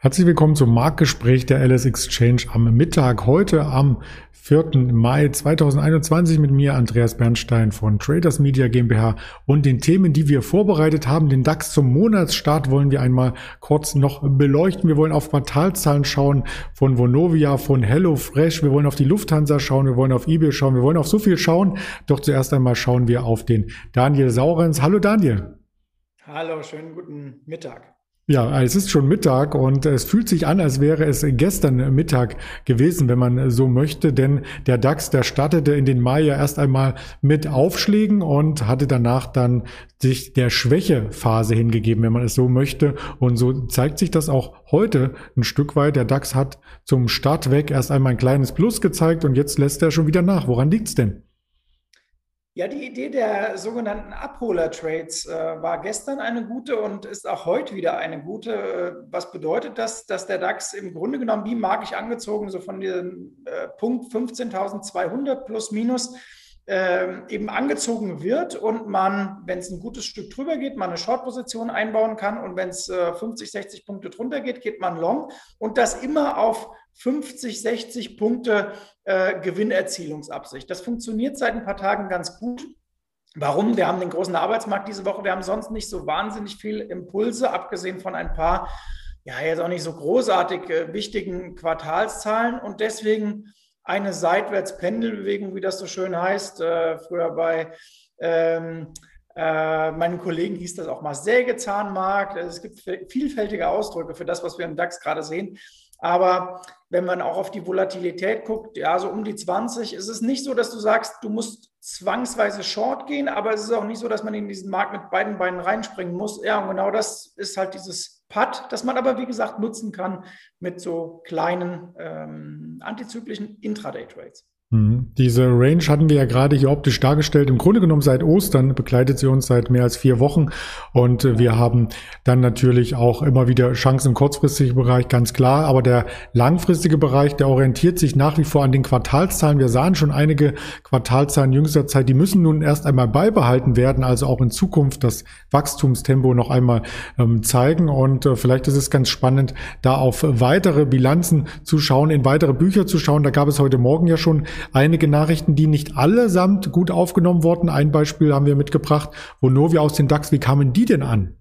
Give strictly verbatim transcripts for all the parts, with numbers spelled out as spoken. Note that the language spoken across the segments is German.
Herzlich willkommen zum Marktgespräch der L S Exchange am Mittag. Heute am vierten Mai zweitausendeinundzwanzig mit mir, Andreas Bernstein von Traders Media GmbH, und den Themen, die wir vorbereitet haben. Den DAX zum Monatsstart wollen wir einmal kurz noch beleuchten. Wir wollen auf Quartalzahlen schauen von Vonovia, von HelloFresh. Wir wollen auf die Lufthansa schauen. Wir wollen auf eBay schauen. Wir wollen auf so viel schauen. Doch zuerst einmal schauen wir auf den Daniel Saurens. Hallo Daniel. Hallo, schönen guten Mittag. Ja, es ist schon Mittag und es fühlt sich an, als wäre es gestern Mittag gewesen, wenn man so möchte, denn der DAX, der startete in den Mai ja erst einmal mit Aufschlägen und hatte danach dann sich der Schwächephase hingegeben, wenn man es so möchte, und so zeigt sich das auch heute ein Stück weit. Der DAX hat zum Start weg erst einmal ein kleines Plus gezeigt und jetzt lässt er schon wieder nach. Woran liegt's denn? Ja, die Idee der sogenannten Abholer-Trades äh, war gestern eine gute und ist auch heute wieder eine gute. Was bedeutet das? Dass der DAX im Grunde genommen wie magisch angezogen, so von diesem äh, Punkt fünfzehntausendzweihundert plus minus, äh, eben angezogen wird und man, wenn es ein gutes Stück drüber geht, man eine Short-Position einbauen kann, und wenn es äh, fünfzig, sechzig Punkte drunter geht, geht man Long, und das immer auf fünfzig, sechzig Punkte äh, Gewinnerzielungsabsicht. Das funktioniert seit ein paar Tagen ganz gut. Warum? Wir haben den großen Arbeitsmarkt diese Woche. Wir haben sonst nicht so wahnsinnig viel Impulse, abgesehen von ein paar, ja, jetzt auch nicht so großartig äh, wichtigen Quartalszahlen, und deswegen eine Seitwärtspendelbewegung, wie das so schön heißt. Äh, früher bei ähm, äh, meinen Kollegen hieß das auch mal Sägezahnmarkt. Es gibt vielfältige Ausdrücke für das, was wir im DAX gerade sehen. Aber wenn man auch auf die Volatilität guckt, ja, so um die zwanzig, ist es nicht so, dass du sagst, du musst zwangsweise Short gehen, aber es ist auch nicht so, dass man in diesen Markt mit beiden Beinen reinspringen muss. Ja, und genau das ist halt dieses Putt, das man aber, wie gesagt, nutzen kann mit so kleinen ähm, antizyklischen Intraday-Trades. Diese Range hatten wir ja gerade hier optisch dargestellt. Im Grunde genommen seit Ostern begleitet sie uns seit mehr als vier Wochen. Und wir haben dann natürlich auch immer wieder Chancen im kurzfristigen Bereich, ganz klar. Aber der langfristige Bereich, der orientiert sich nach wie vor an den Quartalszahlen. Wir sahen schon einige Quartalzahlen in jüngster Zeit. Die müssen nun erst einmal beibehalten werden, also auch in Zukunft das Wachstumstempo noch einmal ähm, zeigen. Und äh, vielleicht ist es ganz spannend, da auf weitere Bilanzen zu schauen, in weitere Bücher zu schauen. Da gab es heute Morgen ja schon einige Nachrichten, die nicht allesamt gut aufgenommen wurden. Ein Beispiel haben wir mitgebracht. Vonovia aus dem DAX, wie kamen die denn an?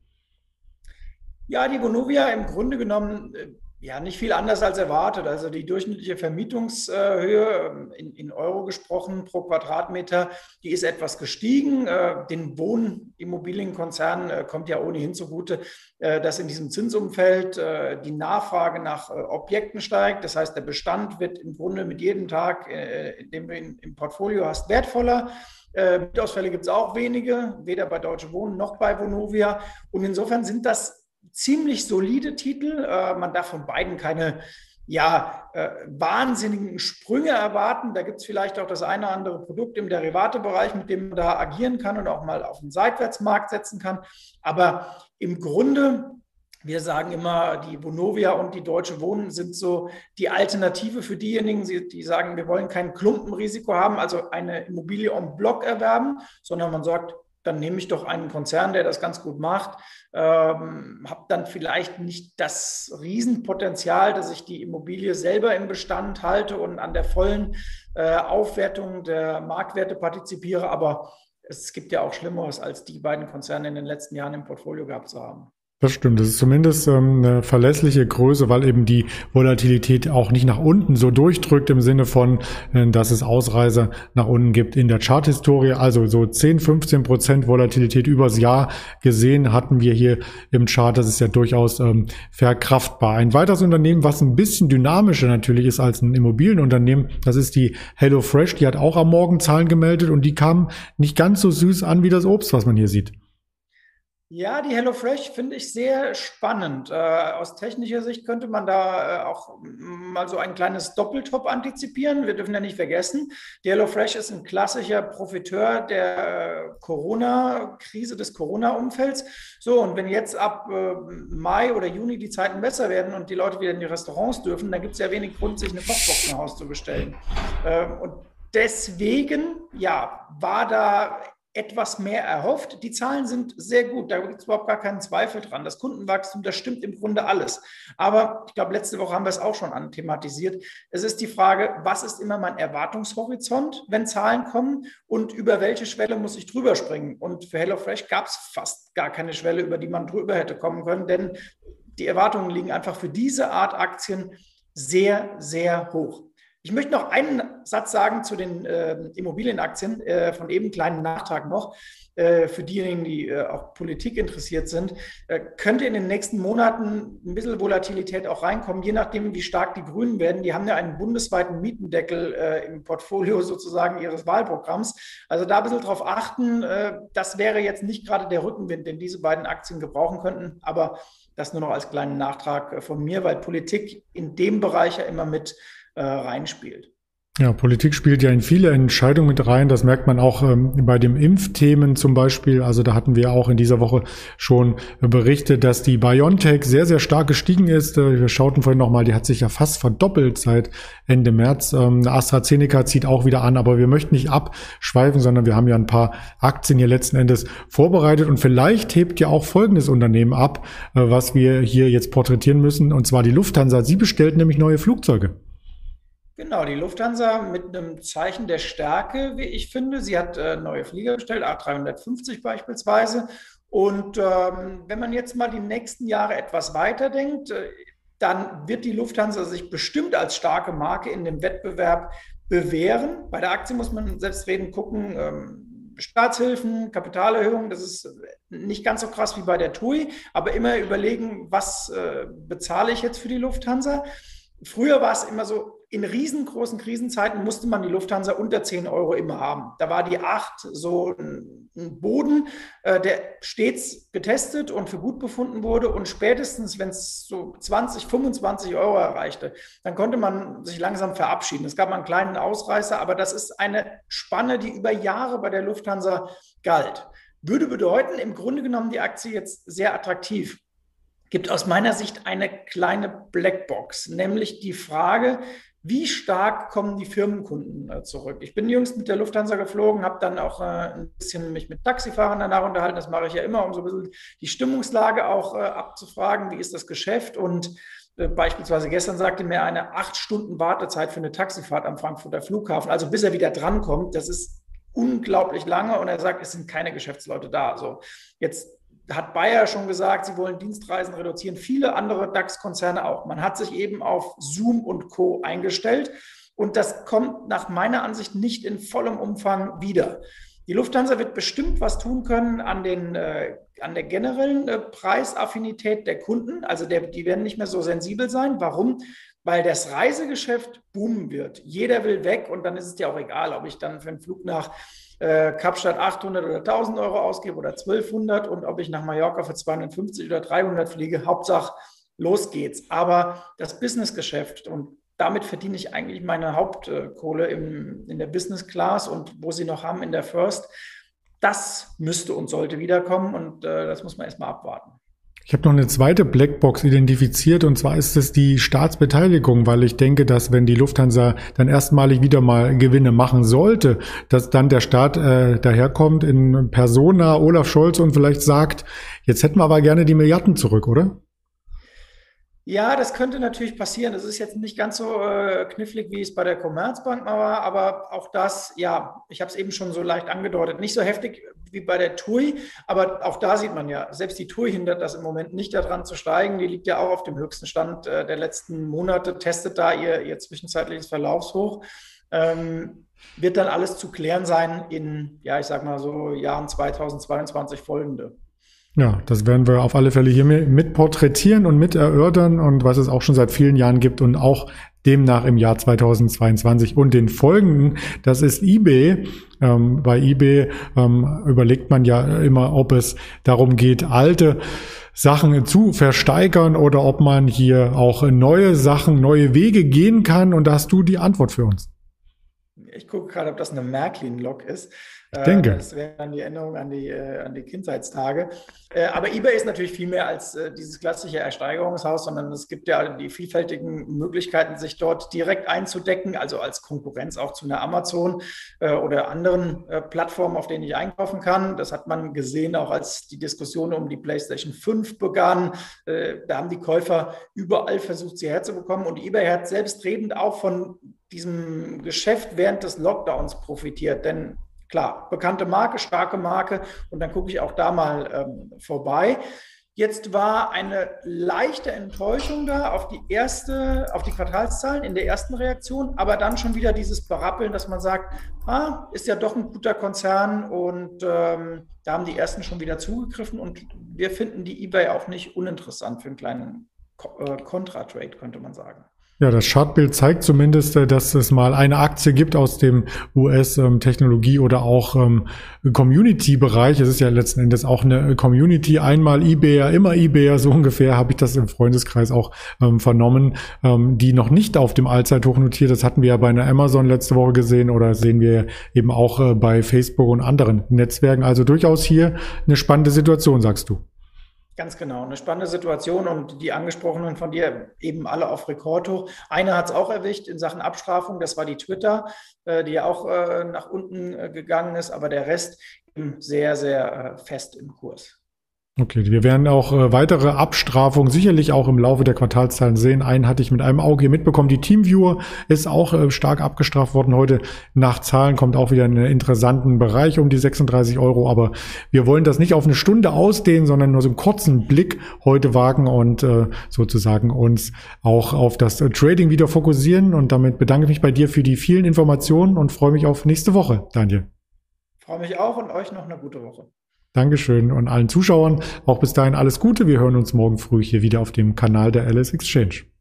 Ja, die Vonovia im Grunde genommen ja nicht viel anders als erwartet. Also die durchschnittliche Vermietungshöhe in, in Euro gesprochen pro Quadratmeter, die ist etwas gestiegen. Den Wohnimmobilienkonzernen kommt ja ohnehin zugute, dass in diesem Zinsumfeld die Nachfrage nach Objekten steigt. Das heißt, der Bestand wird im Grunde mit jedem Tag, in dem du ihn im Portfolio hast, wertvoller. Mietausfälle gibt es auch wenige, weder bei Deutsche Wohnen noch bei Vonovia. Und insofern sind das ziemlich solide Titel. Äh, man darf von beiden keine ja, äh, wahnsinnigen Sprünge erwarten. Da gibt es vielleicht auch das eine oder andere Produkt im Derivatebereich, mit dem man da agieren kann und auch mal auf den Seitwärtsmarkt setzen kann. Aber im Grunde, wir sagen immer, die Vonovia und die Deutsche Wohnen sind so die Alternative für diejenigen, die sagen, wir wollen kein Klumpenrisiko haben, also eine Immobilie en bloc erwerben, sondern man sagt, dann nehme ich doch einen Konzern, der das ganz gut macht, ähm, habe dann vielleicht nicht das Riesenpotenzial, dass ich die Immobilie selber im Bestand halte und an der vollen äh, Aufwertung der Marktwerte partizipiere, aber es gibt ja auch Schlimmeres, als die beiden Konzerne in den letzten Jahren im Portfolio gehabt zu haben. Das stimmt, das ist zumindest ähm, eine verlässliche Größe, weil eben die Volatilität auch nicht nach unten so durchdrückt im Sinne von, äh, dass es Ausreißer nach unten gibt in der Charthistorie. Also so zehn, fünfzehn Prozent Volatilität übers Jahr gesehen hatten wir hier im Chart. Das ist ja durchaus ähm, verkraftbar. Ein weiteres Unternehmen, was ein bisschen dynamischer natürlich ist als ein Immobilienunternehmen, das ist die HelloFresh. Die hat auch am Morgen Zahlen gemeldet und die kamen nicht ganz so süß an wie das Obst, was man hier sieht. Ja, die HelloFresh finde ich sehr spannend. Äh, aus technischer Sicht könnte man da äh, auch mal so ein kleines Doppeltop antizipieren. Wir dürfen ja nicht vergessen, die HelloFresh ist ein klassischer Profiteur der Corona-Krise, des Corona-Umfelds. So, und wenn jetzt ab äh, Mai oder Juni die Zeiten besser werden und die Leute wieder in die Restaurants dürfen, dann gibt es ja wenig Grund, sich eine Kochbox nach Hause zu bestellen. Äh, und deswegen, ja, war da etwas mehr erhofft. Die Zahlen sind sehr gut, da gibt es überhaupt gar keinen Zweifel dran. Das Kundenwachstum, das stimmt im Grunde alles. Aber ich glaube, letzte Woche haben wir es auch schon anthematisiert. Es ist die Frage, was ist immer mein Erwartungshorizont, wenn Zahlen kommen und über welche Schwelle muss ich drüber springen? Und für HelloFresh gab es fast gar keine Schwelle, über die man drüber hätte kommen können, denn die Erwartungen liegen einfach für diese Art Aktien sehr, sehr hoch. Ich möchte noch einen Satz sagen zu den äh, Immobilienaktien, äh, von eben einen kleinen Nachtrag noch. Äh, für diejenigen, die äh, auch Politik interessiert sind, äh, könnte in den nächsten Monaten ein bisschen Volatilität auch reinkommen, je nachdem, wie stark die Grünen werden. Die haben ja einen bundesweiten Mietendeckel äh, im Portfolio sozusagen ihres Wahlprogramms. Also da ein bisschen drauf achten, äh, das wäre jetzt nicht gerade der Rückenwind, den diese beiden Aktien gebrauchen könnten, aber das nur noch als kleinen Nachtrag äh, von mir, weil Politik in dem Bereich ja immer mit äh, reinspielt. Ja, Politik spielt ja in viele Entscheidungen mit rein. Das merkt man auch ähm, bei den Impfthemen zum Beispiel. Also da hatten wir auch in dieser Woche schon berichtet, dass die BioNTech sehr, sehr stark gestiegen ist. Äh, wir schauten vorhin nochmal, die hat sich ja fast verdoppelt seit Ende März. Ähm, AstraZeneca zieht auch wieder an, aber wir möchten nicht abschweifen, sondern wir haben ja ein paar Aktien hier letzten Endes vorbereitet. Und vielleicht hebt ja auch folgendes Unternehmen ab, äh, was wir hier jetzt porträtieren müssen, und zwar die Lufthansa. Sie bestellt nämlich neue Flugzeuge. Genau, die Lufthansa mit einem Zeichen der Stärke, wie ich finde. Sie hat äh, neue Flieger bestellt, A drei fünfzig beispielsweise. Und ähm, wenn man jetzt mal die nächsten Jahre etwas weiterdenkt, äh, dann wird die Lufthansa sich bestimmt als starke Marke in dem Wettbewerb bewähren. Bei der Aktie muss man selbstredend gucken, ähm, Staatshilfen, Kapitalerhöhung, das ist nicht ganz so krass wie bei der T U I, aber immer überlegen, was äh, bezahle ich jetzt für die Lufthansa. Früher war es immer so, in riesengroßen Krisenzeiten musste man die Lufthansa unter zehn Euro immer haben. Da war die acht so ein, ein Boden, äh, der stets getestet und für gut befunden wurde. Und spätestens, wenn es so zwanzig, fünfundzwanzig Euro erreichte, dann konnte man sich langsam verabschieden. Es gab mal einen kleinen Ausreißer, aber das ist eine Spanne, die über Jahre bei der Lufthansa galt. Würde bedeuten, im Grunde genommen die Aktie jetzt sehr attraktiv. Gibt aus meiner Sicht eine kleine Blackbox, nämlich die Frage, wie stark kommen die Firmenkunden äh, zurück? Ich bin jüngst mit der Lufthansa geflogen, habe dann auch äh, ein bisschen mich mit Taxifahrern danach unterhalten. Das mache ich ja immer, um so ein bisschen die Stimmungslage auch äh, abzufragen. Wie ist das Geschäft? Und äh, beispielsweise gestern sagte mir eine acht Stunden Wartezeit für eine Taxifahrt am Frankfurter Flughafen, also bis er wieder drankommt. Das ist unglaublich lange. Und er sagt, es sind keine Geschäftsleute da. Also jetzt hat Bayer schon gesagt, sie wollen Dienstreisen reduzieren, viele andere DAX-Konzerne auch. Man hat sich eben auf Zoom und Co. eingestellt und das kommt nach meiner Ansicht nicht in vollem Umfang wieder. Die Lufthansa wird bestimmt was tun können an, den, äh, an der generellen äh, Preisaffinität der Kunden, also der, die werden nicht mehr so sensibel sein. Warum? Weil das Reisegeschäft boomen wird. Jeder will weg und dann ist es ja auch egal, ob ich dann für einen Flug nach Äh, Kapstadt achthundert oder tausend Euro ausgebe oder zwölfhundert und ob ich nach Mallorca für zweihundertfünfzig oder dreihundert fliege, Hauptsache los geht's. Aber das Businessgeschäft, und damit verdiene ich eigentlich meine Hauptkohle im, in der Business Class und wo sie noch haben in der First, das müsste und sollte wiederkommen und äh, das muss man erstmal abwarten. Ich habe noch eine zweite Blackbox identifiziert, und zwar ist es die Staatsbeteiligung, weil ich denke, dass wenn die Lufthansa dann erstmalig wieder mal Gewinne machen sollte, dass dann der Staat äh, daherkommt in Persona, Olaf Scholz, und vielleicht sagt, jetzt hätten wir aber gerne die Milliarden zurück, oder? Ja, das könnte natürlich passieren. Das ist jetzt nicht ganz so äh, knifflig, wie es bei der Commerzbank mal war, aber auch das, ja, ich habe es eben schon so leicht angedeutet, nicht so heftig wie bei der T U I, aber auch da sieht man ja, selbst die T U I hindert das im Moment nicht daran zu steigen. Die liegt ja auch auf dem höchsten Stand äh, der letzten Monate, testet da ihr, ihr zwischenzeitliches Verlaufshoch. Ähm, wird dann alles zu klären sein in, ja, ich sag mal so Jahren zweitausendzweiundzwanzig folgende. Ja, das werden wir auf alle Fälle hier mit porträtieren und mit erörtern, und was es auch schon seit vielen Jahren gibt und auch demnach im Jahr zweitausendzweiundzwanzig und den folgenden, das ist eBay. Ähm, bei eBay ähm, überlegt man ja immer, ob es darum geht, alte Sachen zu versteigern oder ob man hier auch neue Sachen, neue Wege gehen kann, und da hast du die Antwort für uns. Ich gucke gerade, ob das eine Märklin-Lok ist. Ich denke. Das wäre dann die Erinnerung an die, an die Kindheitstage. Aber eBay ist natürlich viel mehr als dieses klassische Ersteigerungshaus, sondern es gibt ja die vielfältigen Möglichkeiten, sich dort direkt einzudecken, also als Konkurrenz auch zu einer Amazon oder anderen Plattformen, auf denen ich einkaufen kann. Das hat man gesehen, auch als die Diskussion um die PlayStation fünf begann. Da haben die Käufer überall versucht, sie herzubekommen. Und eBay hat selbstredend auch von diesem Geschäft während des Lockdowns profitiert. Denn klar, bekannte Marke, starke Marke. Und dann gucke ich auch da mal ähm, vorbei. Jetzt war eine leichte Enttäuschung da auf die erste, auf die Quartalszahlen in der ersten Reaktion, aber dann schon wieder dieses Berappeln, dass man sagt, ah, ist ja doch ein guter Konzern und ähm, da haben die ersten schon wieder zugegriffen und wir finden die eBay auch nicht uninteressant für einen kleinen äh, Contra-Trade, könnte man sagen. Ja, das Chartbild zeigt zumindest, dass es mal eine Aktie gibt aus dem U S-Technologie- oder auch ähm, Community-Bereich. Es ist ja letzten Endes auch eine Community. Einmal eBayer, immer eBayer, so ungefähr habe ich das im Freundeskreis auch ähm, vernommen, ähm, die noch nicht auf dem Allzeithoch notiert. Das hatten wir ja bei einer Amazon letzte Woche gesehen oder sehen wir eben auch äh, bei Facebook und anderen Netzwerken. Also durchaus hier eine spannende Situation, sagst du. Ganz genau, eine spannende Situation und die angesprochenen von dir eben alle auf Rekordhoch. Eine hat es auch erwischt in Sachen Abstrafung, das war die Twitter, die ja auch nach unten gegangen ist, aber der Rest eben sehr, sehr fest im Kurs. Okay, wir werden auch äh, weitere Abstrafungen sicherlich auch im Laufe der Quartalszahlen sehen. Einen hatte ich mit einem Auge hier mitbekommen. Die Teamviewer ist auch äh, stark abgestraft worden. Heute nach Zahlen kommt auch wieder in einen interessanten Bereich um die sechsunddreißig Euro. Aber wir wollen das nicht auf eine Stunde ausdehnen, sondern nur so einen kurzen Blick heute wagen und äh, sozusagen uns auch auf das äh, Trading wieder fokussieren. Und damit bedanke ich mich bei dir für die vielen Informationen und freue mich auf nächste Woche, Daniel. Freue mich auch und euch noch eine gute Woche. Dankeschön und allen Zuschauern auch bis dahin alles Gute. Wir hören uns morgen früh hier wieder auf dem Kanal der Alice Exchange.